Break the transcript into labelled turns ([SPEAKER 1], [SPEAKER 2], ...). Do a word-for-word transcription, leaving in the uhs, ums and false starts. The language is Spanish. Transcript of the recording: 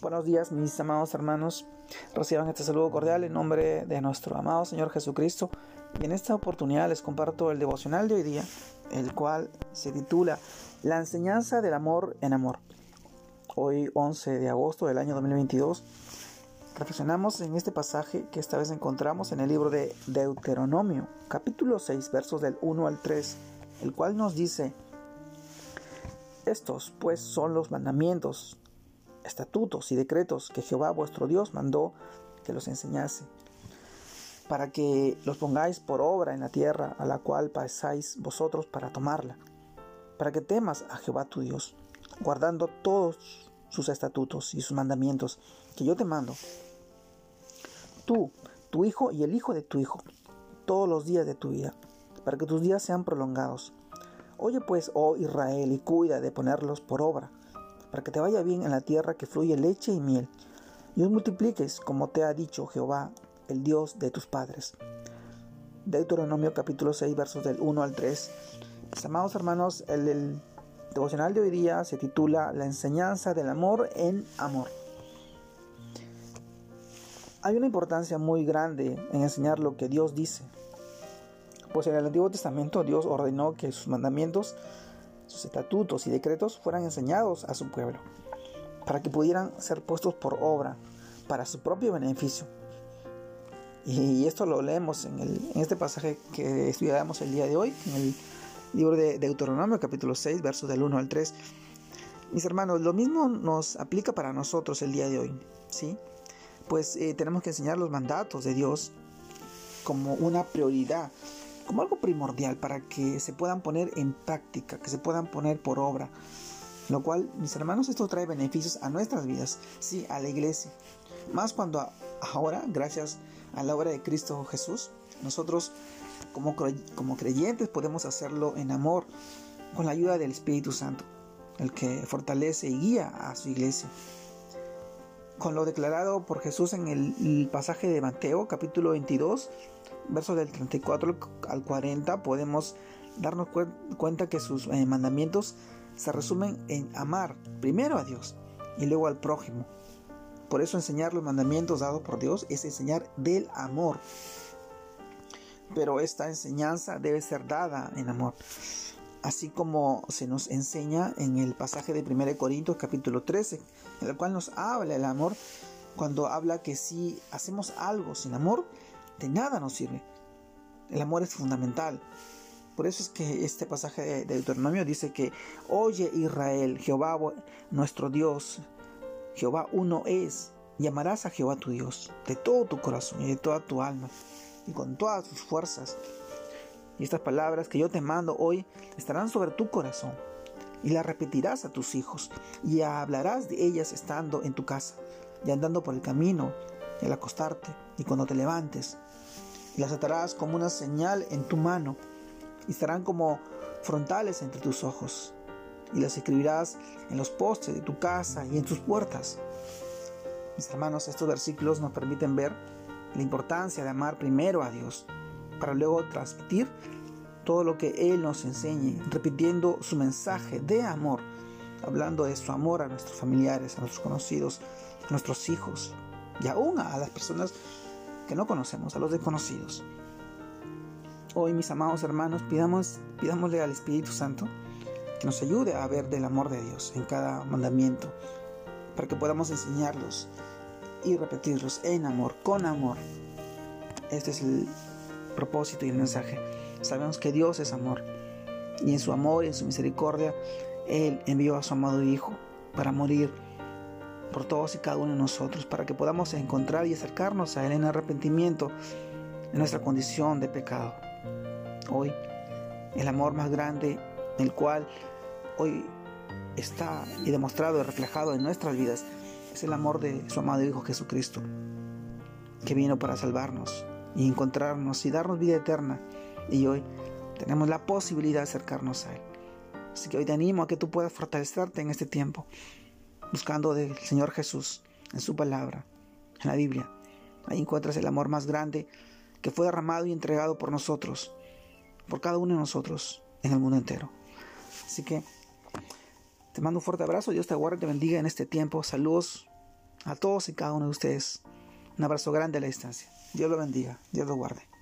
[SPEAKER 1] Buenos días, mis amados hermanos. Reciban este saludo cordial en nombre de nuestro amado Señor Jesucristo. Y en esta oportunidad les comparto el devocional de hoy día, el cual se titula La enseñanza del amor en amor. Hoy, once de agosto del año dos mil veintidós, reflexionamos en este pasaje que esta vez encontramos en el libro de Deuteronomio, capítulo seis, versos del uno al tres, el cual nos dice: Estos, pues, son los mandamientos, estatutos y decretos que Jehová vuestro Dios mandó que los enseñase, para que los pongáis por obra en la tierra a la cual pasáis vosotros para tomarla, para que temas a Jehová tu Dios, guardando todos sus estatutos y sus mandamientos que yo te mando, tú, tu hijo y el hijo de tu hijo, todos los días de tu vida, para que tus días sean prolongados. Oye pues, oh Israel, y cuida de ponerlos por obra, para que te vaya bien en la tierra que fluye leche y miel, y os multipliques como te ha dicho Jehová, el Dios de tus padres. Deuteronomio capítulo seis, versos del uno al tres. Mis amados hermanos, el, el devocional de hoy día se titula La enseñanza del amor en amor. Hay una importancia muy grande en enseñar lo que Dios dice, pues en el Antiguo Testamento Dios ordenó que sus mandamientos, sus estatutos y decretos fueran enseñados a su pueblo, para que pudieran ser puestos por obra, para su propio beneficio. Y esto lo leemos en, el, en este pasaje que estudiamos el día de hoy, en el libro de Deuteronomio, capítulo seis, versos del uno al tres. Mis hermanos, lo mismo nos aplica para nosotros el día de hoy, ¿sí? Pues eh, tenemos que enseñar los mandatos de Dios como una prioridad, como algo primordial para que se puedan poner en práctica, que se puedan poner por obra. Lo cual, mis hermanos, esto trae beneficios a nuestras vidas, sí, a la iglesia. Más cuando a, ahora, gracias a la obra de Cristo Jesús, nosotros como, como creyentes podemos hacerlo en amor, con la ayuda del Espíritu Santo, el que fortalece y guía a su iglesia. Con lo declarado por Jesús en el, el pasaje de Mateo, capítulo veintidós, versos del treinta y cuatro al cuarenta, podemos darnos cu- cuenta que sus eh, mandamientos se resumen en amar primero a Dios y luego al prójimo. Por eso enseñar los mandamientos dados por Dios es enseñar del amor. Pero esta enseñanza debe ser dada en amor, así como se nos enseña en el pasaje de primera de Corintios capítulo trece, en el cual nos habla el amor, cuando habla que si hacemos algo sin amor, de nada nos sirve. El amor es fundamental. Por eso es que este pasaje de Deuteronomio dice que: Oye Israel, Jehová nuestro Dios, Jehová uno es, y amarás a Jehová tu Dios de todo tu corazón y de toda tu alma y con todas tus fuerzas. Y estas palabras que yo te mando hoy estarán sobre tu corazón, y las repetirás a tus hijos, y hablarás de ellas estando en tu casa, y andando por el camino, y al acostarte, y cuando te levantes. Y las atarás como una señal en tu mano, y estarán como frontales entre tus ojos, y las escribirás en los postes de tu casa y en tus puertas. Mis hermanos, estos versículos nos permiten ver la importancia de amar primero a Dios, para luego transmitir todo lo que Él nos enseñe, repitiendo su mensaje de amor, hablando de su amor a nuestros familiares, a nuestros conocidos, a nuestros hijos, y aún a las personas que no conocemos, a los desconocidos. Hoy, mis amados hermanos, pidamos, pidámosle al Espíritu Santo que nos ayude a ver del amor de Dios en cada mandamiento, para que podamos enseñarlos y repetirlos en amor, con amor. Este es el propósito y el mensaje. Sabemos que Dios es amor, y en su amor y en su misericordia Él envió a su amado Hijo para morir por todos y cada uno de nosotros, para que podamos encontrar y acercarnos a Él en arrepentimiento de nuestra condición de pecado. Hoy, el amor más grande, el cual hoy está y demostrado y reflejado en nuestras vidas, es el amor de su amado Hijo Jesucristo, que vino para salvarnos y encontrarnos y darnos vida eterna. Y hoy tenemos la posibilidad de acercarnos a Él. Así que hoy te animo a que tú puedas fortalecerte en este tiempo, buscando del Señor Jesús en su palabra, en la Biblia. Ahí encuentras el amor más grande que fue derramado y entregado por nosotros, por cada uno de nosotros en el mundo entero. Así que te mando un fuerte abrazo. Dios te guarde y te bendiga en este tiempo. Saludos a todos y cada uno de ustedes. Un abrazo grande a la distancia. Dios lo bendiga, Dios lo guarde.